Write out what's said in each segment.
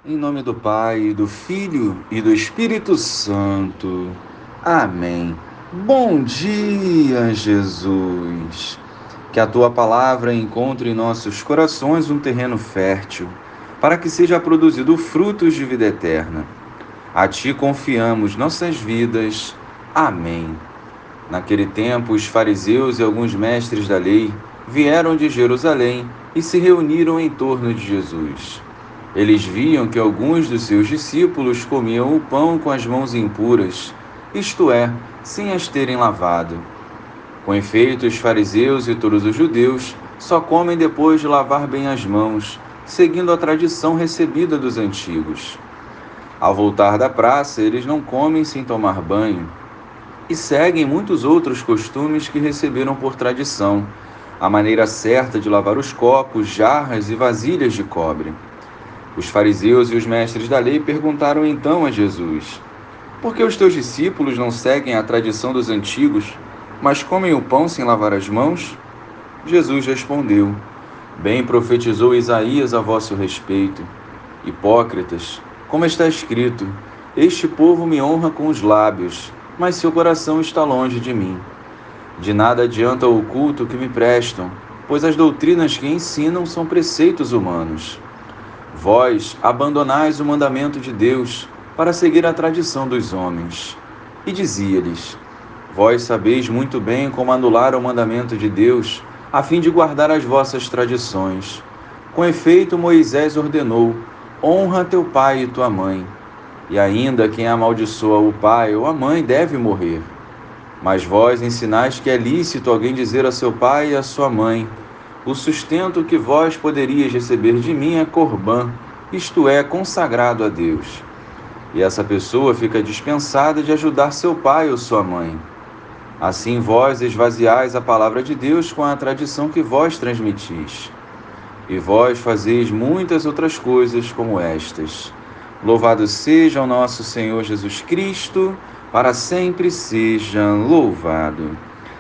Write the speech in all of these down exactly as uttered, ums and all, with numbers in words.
Em nome do Pai, do Filho e do Espírito Santo. Amém. Bom dia, Jesus. Que a tua palavra encontre em nossos corações um terreno fértil, para que seja produzido frutos de vida eterna. A ti confiamos nossas vidas. Amém. Naquele tempo, os fariseus e alguns mestres da lei vieram de Jerusalém e se reuniram em torno de Jesus. Eles viam que alguns dos seus discípulos comiam o pão com as mãos impuras, isto é, sem as terem lavado. Com efeito, os fariseus e todos os judeus só comem depois de lavar bem as mãos, seguindo a tradição recebida dos antigos. Ao voltar da praça, eles não comem sem tomar banho e seguem muitos outros costumes que receberam por tradição, a maneira certa de lavar os copos, jarras e vasilhas de cobre. Os fariseus e os mestres da lei perguntaram então a Jesus: por que os teus discípulos não seguem a tradição dos antigos, mas comem o pão sem lavar as mãos? Jesus respondeu: bem profetizou Isaías a vosso respeito. Hipócritas, como está escrito: este povo me honra com os lábios, mas seu coração está longe de mim. De nada adianta o culto que me prestam, pois as doutrinas que ensinam são preceitos humanos. Vós abandonais o mandamento de Deus para seguir a tradição dos homens. E dizia-lhes: vós sabeis muito bem como anular o mandamento de Deus, a fim de guardar as vossas tradições. Com efeito, Moisés ordenou: honra teu pai e tua mãe. E ainda quem amaldiçoa o pai ou a mãe deve morrer. Mas vós ensinais que é lícito alguém dizer a seu pai e a sua mãe: o sustento que vós poderíeis receber de mim é corbã, isto é, consagrado a Deus. E essa pessoa fica dispensada de ajudar seu pai ou sua mãe. Assim vós esvaziais a palavra de Deus com a tradição que vós transmitis. E vós fazeis muitas outras coisas como estas. Louvado seja o nosso Senhor Jesus Cristo, para sempre seja louvado.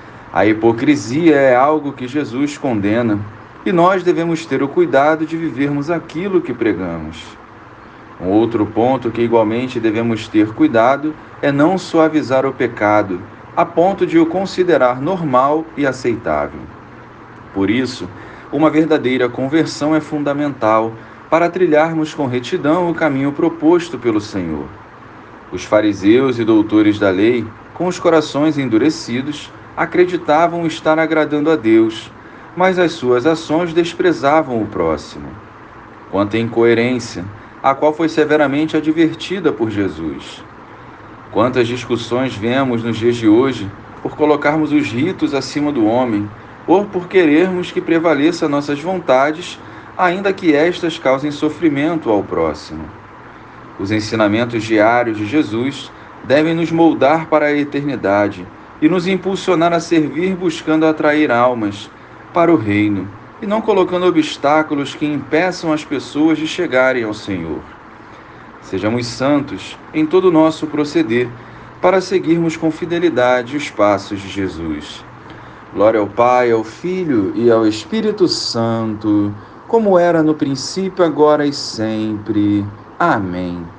A hipocrisia é algo que Jesus condena, e nós devemos ter o cuidado de vivermos aquilo que pregamos. Um outro ponto que igualmente devemos ter cuidado é não suavizar o pecado, a ponto de o considerar normal e aceitável. Por isso, uma verdadeira conversão é fundamental para trilharmos com retidão o caminho proposto pelo Senhor. Os fariseus e doutores da lei, com os corações endurecidos, acreditavam estar agradando a Deus, mas as suas ações desprezavam o próximo. Quanta incoerência, a qual foi severamente advertida por Jesus. Quantas discussões vemos nos dias de hoje por colocarmos os ritos acima do homem, ou por querermos que prevaleça nossas vontades, ainda que estas causem sofrimento ao próximo. Os ensinamentos diários de Jesus devem nos moldar para a eternidade e nos impulsionar a servir buscando atrair almas para o reino e não colocando obstáculos que impeçam as pessoas de chegarem ao Senhor. Sejamos santos em todo o nosso proceder para seguirmos com fidelidade os passos de Jesus. Glória ao Pai, ao Filho e ao Espírito Santo, como era no princípio, agora e sempre. Amém.